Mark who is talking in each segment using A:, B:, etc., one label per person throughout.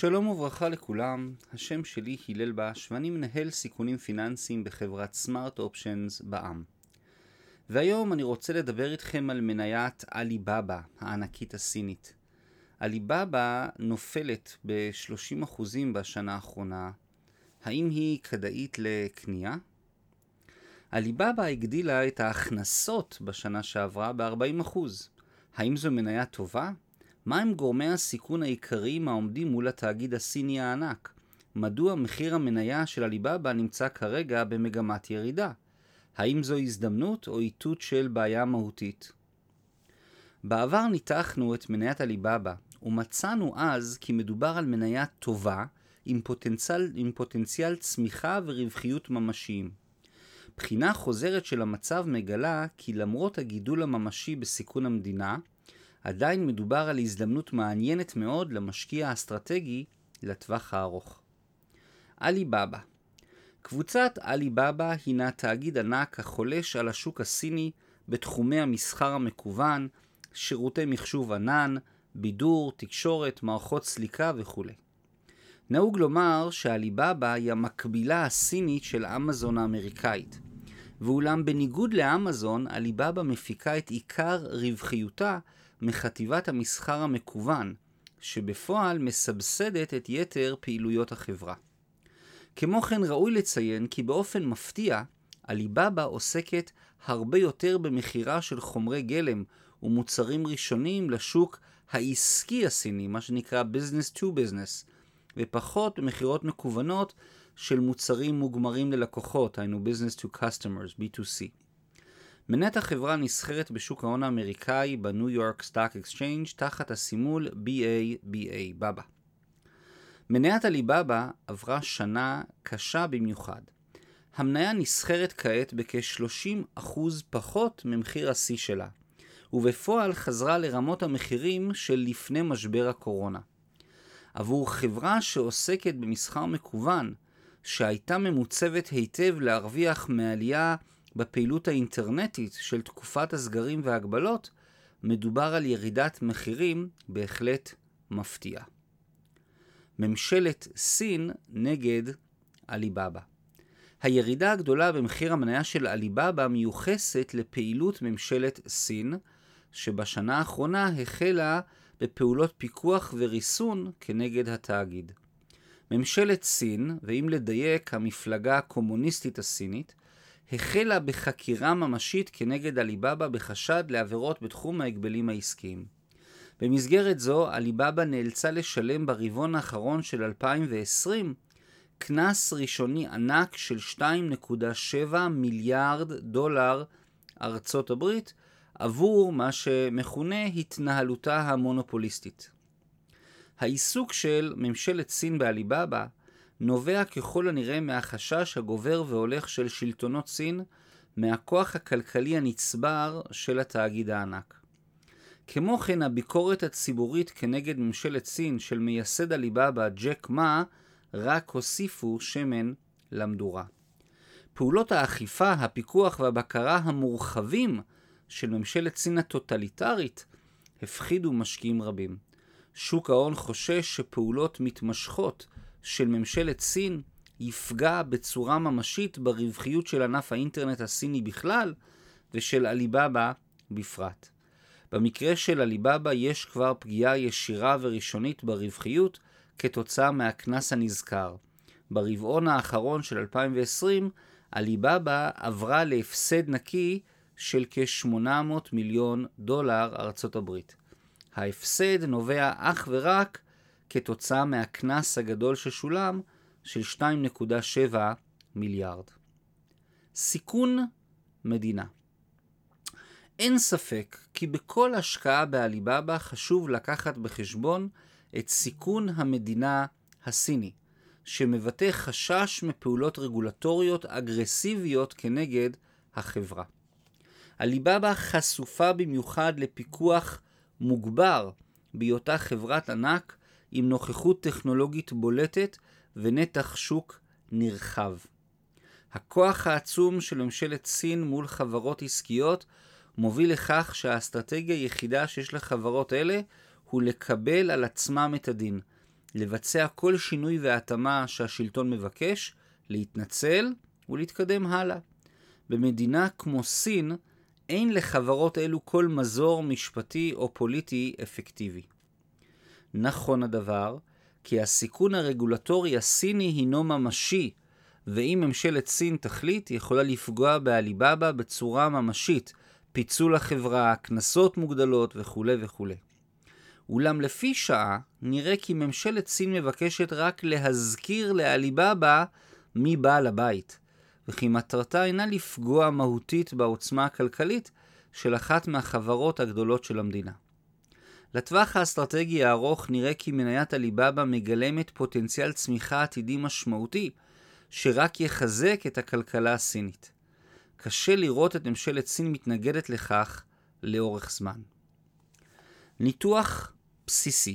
A: שלום וברכה לכולם, השם שלי הלל בש ואני מנהל סיכונים פיננסיים בחברת סמארט אופשנס בע"מ. והיום אני רוצה לדבר איתכם על מניית עליבאבא, הענקית הסינית. עליבאבא נופלת ב-30% בשנה האחרונה. האם היא כדאית לקנייה? עליבאבא הגדילה את ההכנסות בשנה שעברה ב-40%. האם זו מניה טובה? מהם גורמי הסיכון העיקריים העומדים מול התאגיד הסיני הענק? מדוע מחיר המניה של עליבאבא נמצא כרגע במגמת ירידה? האם זו הזדמנות או איתות של בעיה מהותית? בעבר ניתחנו את מניית עליבאבא ומצאנו אז כי מדובר על מניה טובה עם פוטנציאל צמיחה ורווחיות ממשיים. בחינה חוזרת של המצב מגלה כי למרות הגידול הממשי בסיכון המדינה, עדיין מדובר על הזדמנות מעניינת מאוד למשקיע האסטרטגי לטווח הארוך. עליבאבא. קבוצת עליבאבא הינה תאגיד ענק החולש על השוק הסיני בתחומי המסחר המקוון, שירותי מחשוב ענן, בידור, תקשורת, מערכות סליקה וכו'. נהוג לומר שעליבאבא היא המקבילה הסינית של אמזון האמריקאית. ואולם בניגוד לאמזון, עליבאבא מפיקה את עיקר רווחיותה מחטיבת המסחר המקוון, שבפועל מסבסדת את יתר פעילויות החברה. כמו כן ראוי לציין כי באופן מפתיע, עליבאבא עוסקת הרבה יותר במחירה של חומרי גלם ומוצרים ראשונים לשוק העסקי הסיני, מה שנקרא business to business, ופחות במחירות מקוונות של מוצרים מוגמרים ללקוחות, היינו business to customers, B2C. מניית החברה נסחרת בשוק ההון האמריקאי בניו יורק סטוק אקסצ'יינג' תחת הסימול BABA, בבא. מניית עליבאבא עברה שנה קשה במיוחד. המניה נסחרת כעת בכ-30% פחות ממחיר השיא שלה, ובפועל חזרה לרמות המחירים של לפני משבר הקורונה. עבור חברה שעוסקת במסחר מקוון, שהייתה ממוצבת היטב להרוויח מעלייה בפעילות האינטרנטית של תקופת הסגרים וההגבלות, מדובר על ירידת מחירים בהחלט מפתיעה. ממשלת סין נגד עליבאבא. הירידה הגדולה במחיר המניה של עליבאבא מיוחסת לפעילות ממשלת סין, שבשנה האחרונה החלה בפעולות פיקוח וריסון כנגד התאגיד. ממשלת סין, ואם לדייק המפלגה הקומוניסטית הסינית, החלה בחקירה ממשית כנגד עליבאבא בחשד לעבירות בתחום ההגבלים העסקיים. במסגרת זו, עליבאבא נאלצה לשלם ברבעון האחרון של 2020 קנס ראשוני ענק של 2.7 מיליארד דולר ארצות הברית עבור מה שמכונה התנהלותה המונופוליסטית. העיסוק של ממשלת סין בעליבאבא נובע ככל הנראה מהחשש הגובר והולך של שלטונות סין מהכוח הכלכלי הנצבר של התאגיד הענק. כמו כן, הביקורת הציבורית כנגד ממשלת סין של מייסד עליבאבא ג'ק מה רק הוסיפו שמן למדורה. פעולות האכיפה, הפיקוח והבקרה המורחבים של ממשלת סין הטוטליטרית הפחידו משקיעים רבים. שוק ההון חושש שפעולות מתמשכות של ממשלת סין יפגע בצורה ממשית ברווחיות של ענף האינטרנט הסיני בכלל ושל עליבאבא בפרט. במקרה של עליבאבא יש כבר פגיעה ישירה וראשונית ברווחיות כתוצאה מהקנס הנזכר. ברבעון האחרון של 2020 עליבאבא עברה להפסד נקי של כ-$800 מיליון ארצות הברית. ההפסד נובע אך ורק כתוצאה מהקנס הגדול ששולם של 2.7 מיליארד. סיכון מדינה. אין ספק כי בכל השקעה בעליבאבא חשוב לקחת בחשבון את סיכון המדינה הסיני, שמבטא חשש מפעולות רגולטוריות אגרסיביות כנגד החברה. עליבאבא חשופה במיוחד לפיקוח מוגבר בהיותה חברת ענק עם נוכחות טכנולוגית בולטת ונתח שוק נרחב. הכוח העצום של ממשלת סין מול חברות עסקיות מוביל לכך שהאסטרטגיה היחידה שיש לחברות אלה הוא לקבל על עצמם את הדין, לבצע כל שינוי והתאמה שהשלטון מבקש, להתנצל ולהתקדם הלאה. במדינה כמו סין, אין לחברות אלו כל מזור משפטי או פוליטי אפקטיבי. נכון הדבר, כי הסיכון הרגולטורי הסיני הינו ממשי, ואם ממשלת סין תחליט, יכולה לפגוע בעליבאבא בצורה ממשית, פיצול החברה, כנסות מוגדלות וכו' וכו'. אולם לפי שעה, נראה כי ממשלת סין מבקשת רק להזכיר לעליבאבא מי בעל הבית, וכי מטרתה אינה לפגוע מהותית בעוצמה הכלכלית של אחת מהחברות הגדולות של המדינה. לטווח האסטרטגי הארוך נראה כי מניית עליבאבא מגלמת פוטנציאל צמיחה עתידי משמעותי, שרק יחזק את הכלכלה הסינית. קשה לראות את ממשלת סין מתנגדת לכך לאורך זמן. ניתוח בסיסי.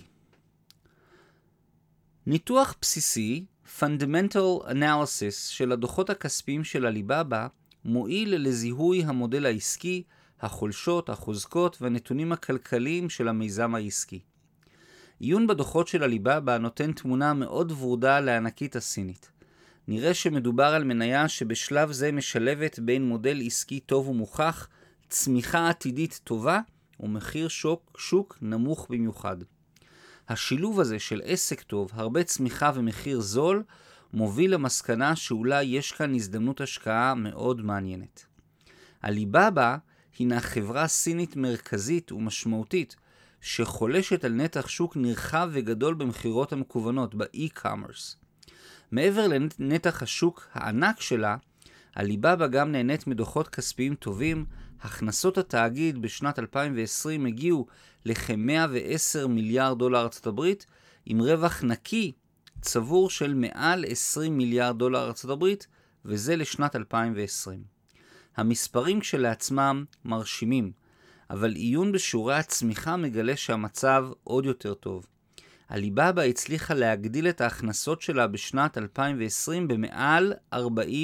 A: ניתוח בסיסי, Fundamental Analysis של הדוחות הכספיים של עליבאבא, מועיל לזיהוי המודל העסקי, החולשות, החוזקות והנתונים הכלכליים של המיזם העסקי. עיון בדוחות של עליבאבא נותן תמונה מאוד ורודה לענקית הסינית. נראה שמדובר על מניה שבשלב זה משלבת בין מודל עסקי טוב ומוכח, צמיחה עתידית טובה ומחיר שוק נמוך במיוחד. השילוב הזה של עסק טוב, הרבה צמיחה ומחיר זול, מוביל למסקנה שאולי יש כאן הזדמנות השקעה מאוד מעניינת. עליבאבא הינה חברה סינית מרכזית ומשמעותית, שחולשת על נתח שוק נרחב וגדול במחירות המקוונות, באי-קומרס. מעבר לנתח השוק הענק שלה, עליבאבא גם נהנית מדוחות כספיים טובים. הכנסות התאגיד בשנת 2020 הגיעו לכ-$110 מיליארד ארצות הברית, עם רווח נקי צבור של מעל $20 מיליארד ארצות הברית, וזה לשנת 2020. המספרים כשלעצמם מרשימים, אבל עיון בשיעורי הצמיחה מגלה שהמצב עוד יותר טוב. עליבאבא הצליחה להגדיל את ההכנסות שלה בשנת 2020 במעל 40%.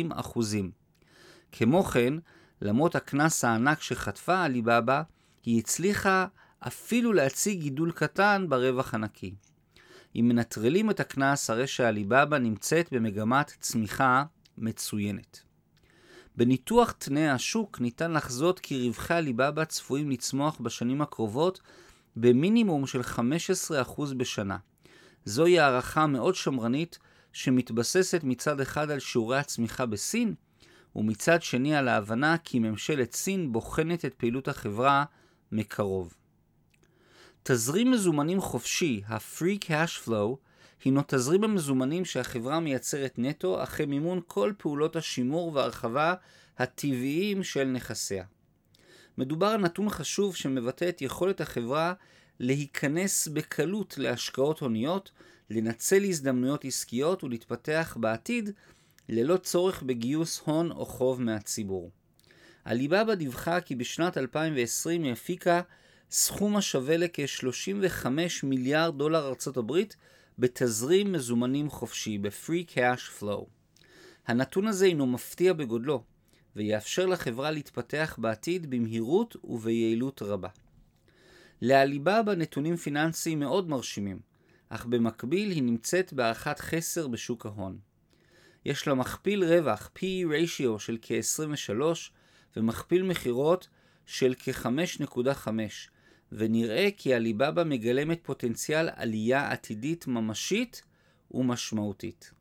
A: כמו כן, למרות הכנס הענק שחטפה עליבאבא, היא הצליחה אפילו להציג גידול קטן ברווח הנקי. אם מנטרלים את הכנס, הרי שעליבאבא נמצאת במגמת צמיחה מצוינת. בניתוח תנאי השוק ניתן לחזות כי רווחי עליבאבא צפויים לצמוח בשנים הקרובות במינימום של 15% בשנה. זוהי הערכה מאוד שמרנית שמתבססת מצד אחד על שיעורי הצמיחה בסין, ומצד שני על ההבנה כי ממשלת סין בוחנת את פעילות החברה מקרוב. תזרים מזומנים חופשי, ה-Free Cash Flow, הינו תזרים המזומנים שהחברה מייצרת נטו אחרי מימון כל פעולות השימור והרחבה הטבעיים של נכסיה. מדובר על נתון חשוב שמבטא את יכולת החברה להיכנס בקלות להשקעות הוניות, לנצל הזדמנויות עסקיות ולהתפתח בעתיד ללא צורך בגיוס הון או חוב מהציבור. עליבאבא דיווחה כי בשנת 2020 היא הפיקה סכום השווה לכ-$35 מיליארד ארצות הברית בתזרים מזומנים חופשי, ב-Free Cash Flow. הנתון הזה אינו מפתיע בגודלו, ויאפשר לחברה להתפתח בעתיד במהירות וביעילות רבה. לעליבאבא נתונים פיננסיים מאוד מרשימים, אך במקביל היא נמצאת בהערכת חסר בשוק ההון. יש לה מכפיל רווח P/E ratio של כ-23 ומכפיל מחירות של כ-5.5, ונראה כי עליבאבא מגלמת פוטנציאל עלייה עתידית ממשית ומשמעותית.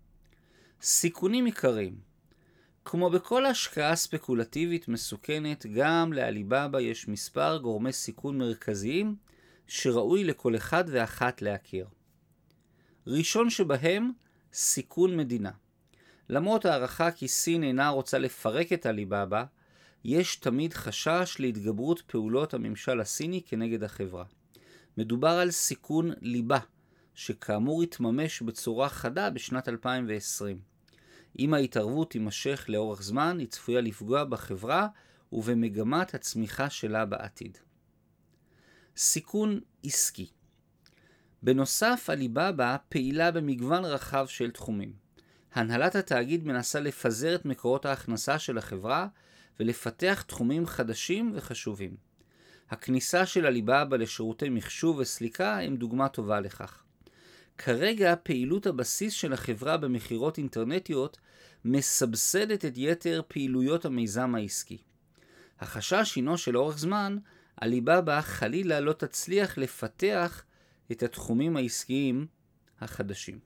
A: סיכונים עיקריים. כמו בכל השקעה ספקולטיבית מסוכנת, גם לעליבאבא יש מספר גורמי סיכון מרכזיים שראוי לכל אחד ואחת להכיר. ראשון שבהם, סיכון מדינה. למרות הערכה כי סין אינה רוצה לפרק את עליבאבא, יש תמיד חשש להתגברות פעולות הממשל הסיני כנגד החברה. מדובר על סיכון ליבה, שכאמור התממש בצורה חדה בשנת 2020. אם ההתערבות תימשך לאורך זמן, היא צפויה לפגוע בחברה ובמגמת הצמיחה שלה בעתיד. סיכון עסקי. בנוסף, עליבאבא פעילה במגוון רחב של תחומים. הנהלת התאגיד מנסה לפזר את מקורות ההכנסה של החברה ולפתח תחומים חדשים וחשובים. הכניסה של עליבאבא לשירותי מחשוב וסליקה הם דוגמה טובה לכך. כרגע פעילות הבסיס של החברה במכירות אינטרנטיות מסבסדת את יתר פעילויות המיזם העסקי. החשש הינו שלאורך זמן, עליבאבא חלילה לא תצליח לפתח את התחומים העסקיים החדשים.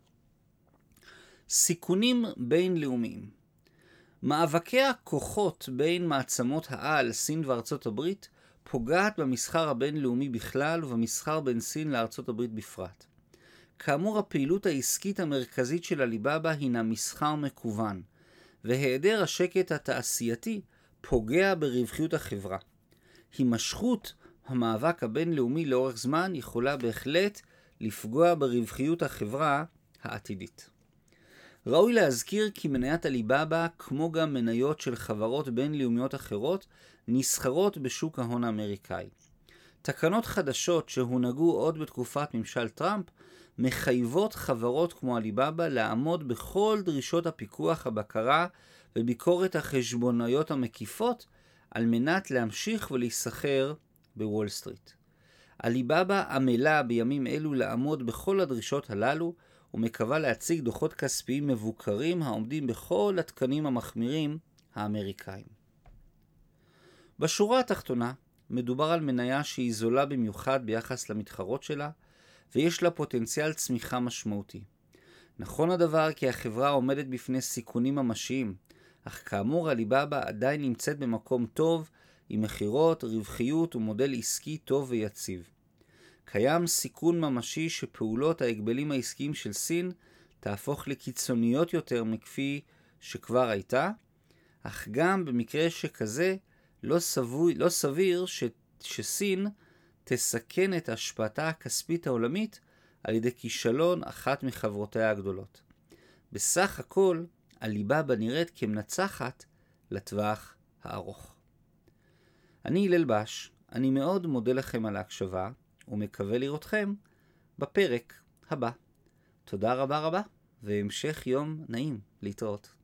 A: סיכונים בינלאומיים. מאבקי הכוחות בין מעצמות העל, סין וארצות הברית, פוגעת במסחר הבינלאומי בכלל ובמסחר בין סין לארצות הברית בפרט. כאמור, הפעילות העסקית המרכזית של עליבאבא הינה מסחר מקוון, והיעדר השקט התעשייתי פוגע ברווחיות החברה. הימשכות המאבק הבינלאומי לאורך זמן יכולה בהחלט לפגוע ברווחיות החברה העתידית. ראוי להזכיר כי מניית עליבאבא, כמו גם מניות של חברות בינלאומיות אחרות, נסחרות בשוק ההון האמריקאי. תקנות חדשות שהונהגו עוד בתקופת ממשל טראמפ, מחייבות חברות כמו עליבאבא לעמוד בכל דרישות הפיקוח, הבקרה וביקורת החשבונאיות המקיפות, על מנת להמשיך ולהיסחר בוול סטריט. עליבאבא עמלה בימים אלו לעמוד בכל הדרישות הללו, ומקווה להציג דוחות כספיים מבוקרים העומדים בכל התקנים המחמירים האמריקאים. בשורה התחתונה, מדובר על מניה שהיא זולה במיוחד ביחס למתחרות שלה, ויש לה פוטנציאל צמיחה משמעותי. נכון הדבר כי החברה עומדת בפני סיכונים ממשיים, אך כאמור עליבאבא עדיין נמצאת במקום טוב, עם מחירות, רווחיות ומודל עסקי טוב ויציב. קיים סיכון ממשי שפעולות ההגבלים העסקיים של סין תהפוך לקיצוניות יותר מכפי שכבר הייתה, אך גם במקרה שכזה לא סביר שסין תסכן את השפעתה הכספית העולמית על ידי כישלון אחת מחברותיה הגדולות. בסך הכל, עליבאבא נראית כמנצחת לטווח הארוך. אני הלל בש, אני מאוד מודה לכם על ההקשבה, ומקווה לראותכם בפרק הבא. תודה רבה רבה, והמשך יום נעים. להתראות.